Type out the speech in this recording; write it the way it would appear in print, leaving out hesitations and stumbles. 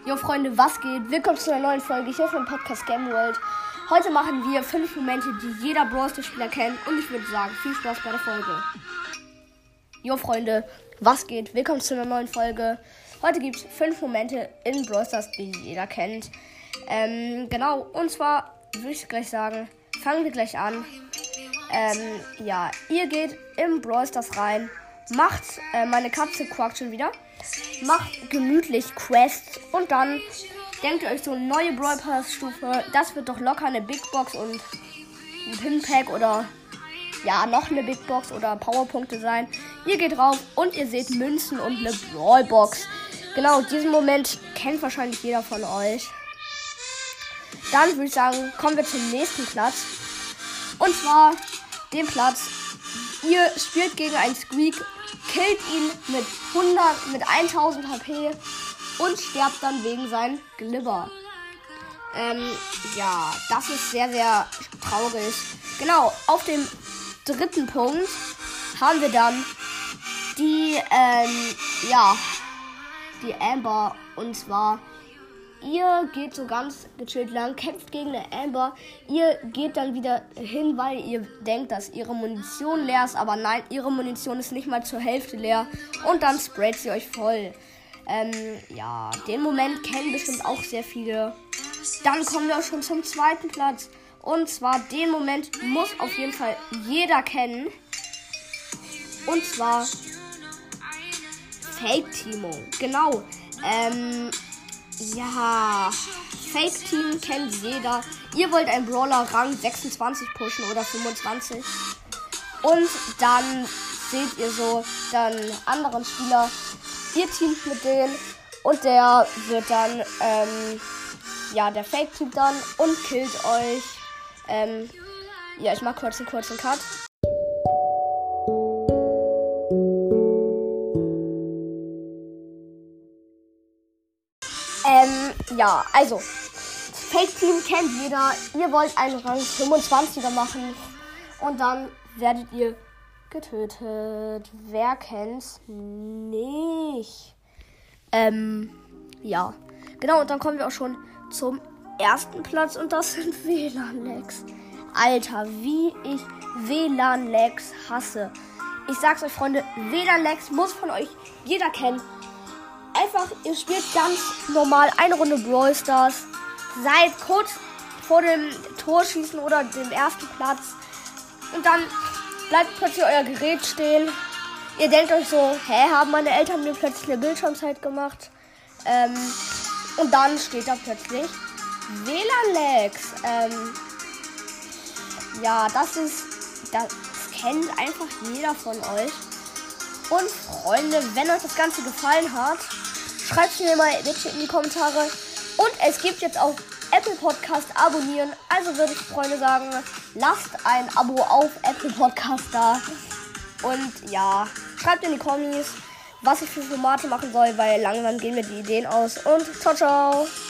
Jo Freunde, was geht? Willkommen zu einer neuen Folge hier von Podcast Game World. Heute machen wir 5 Momente, die jeder Brawl Stars Spieler kennt. Und ich würde sagen, viel Spaß bei der Folge. Jo Freunde, was geht? Willkommen zu einer neuen Folge. Heute gibt es 5 Momente in Brawl Stars, die jeder kennt. Genau, und zwar würde ich gleich sagen, fangen wir gleich an. Ihr geht in Brawl Stars rein. Macht, meine Katze quakt schon wieder. Macht gemütlich Quests und dann denkt ihr euch so neue Brawl Pass Stufe. Das wird doch locker eine Big Box und ein Pin Pack oder ja, noch eine Big Box oder Powerpunkte sein. Ihr geht drauf und ihr seht Münzen und eine Brawl Box. Genau, diesen Moment kennt wahrscheinlich jeder von euch. Dann würde ich sagen, kommen wir zum nächsten Platz. Und zwar den Platz. Ihr spielt gegen einen Squeak, killt ihn mit 1000 HP und sterbt dann wegen seinem Glibber. Das ist sehr, sehr traurig. Genau, auf dem dritten Punkt haben wir dann die Amber. Und zwar, ihr geht so ganz gechillt lang, kämpft gegen eine Amber. Ihr geht dann wieder hin, weil ihr denkt, dass ihre Munition leer ist. Aber nein, ihre Munition ist nicht mal zur Hälfte leer. Und dann sprayt sie euch voll. Den Moment kennen bestimmt auch sehr viele. Dann kommen wir auch schon zum zweiten Platz. Und zwar, den Moment muss auf jeden Fall jeder kennen. Und zwar Fake-Teamung. Genau. Fake Team kennt jeder. Ihr wollt einen Brawler Rang 26 pushen oder 25. Und dann seht ihr so dann anderen Spieler. Ihr teamt mit denen und der wird dann, der Fake Team dann und killt euch. Ich mach kurz einen kurzen Cut. Fake Team kennt jeder. Ihr wollt einen Rang 25er machen und dann werdet ihr getötet. Wer kennt's nicht? Genau, und dann kommen wir auch schon zum ersten Platz und das sind WLAN-Lags. Alter, wie ich WLAN-Lags hasse. Ich sag's euch, Freunde, WLAN-Lags muss von euch jeder kennen. Einfach, ihr spielt ganz normal eine Runde Brawl Stars, seid kurz vor dem Torschießen oder dem ersten Platz und dann bleibt plötzlich euer Gerät stehen. Ihr denkt euch so, haben meine Eltern mir plötzlich eine Bildschirmzeit gemacht? Und dann steht da plötzlich WLAN-Lags. Das kennt einfach jeder von euch. Und Freunde, wenn euch das Ganze gefallen hat, schreibt es mir mal bitte in die Kommentare. Und es gibt jetzt auch Apple Podcast abonnieren. Also würde ich, Freunde, sagen, lasst ein Abo auf Apple Podcast da. Und ja, schreibt in die Kommis, was ich für Formate machen soll, weil langsam gehen mir die Ideen aus. Und ciao, ciao.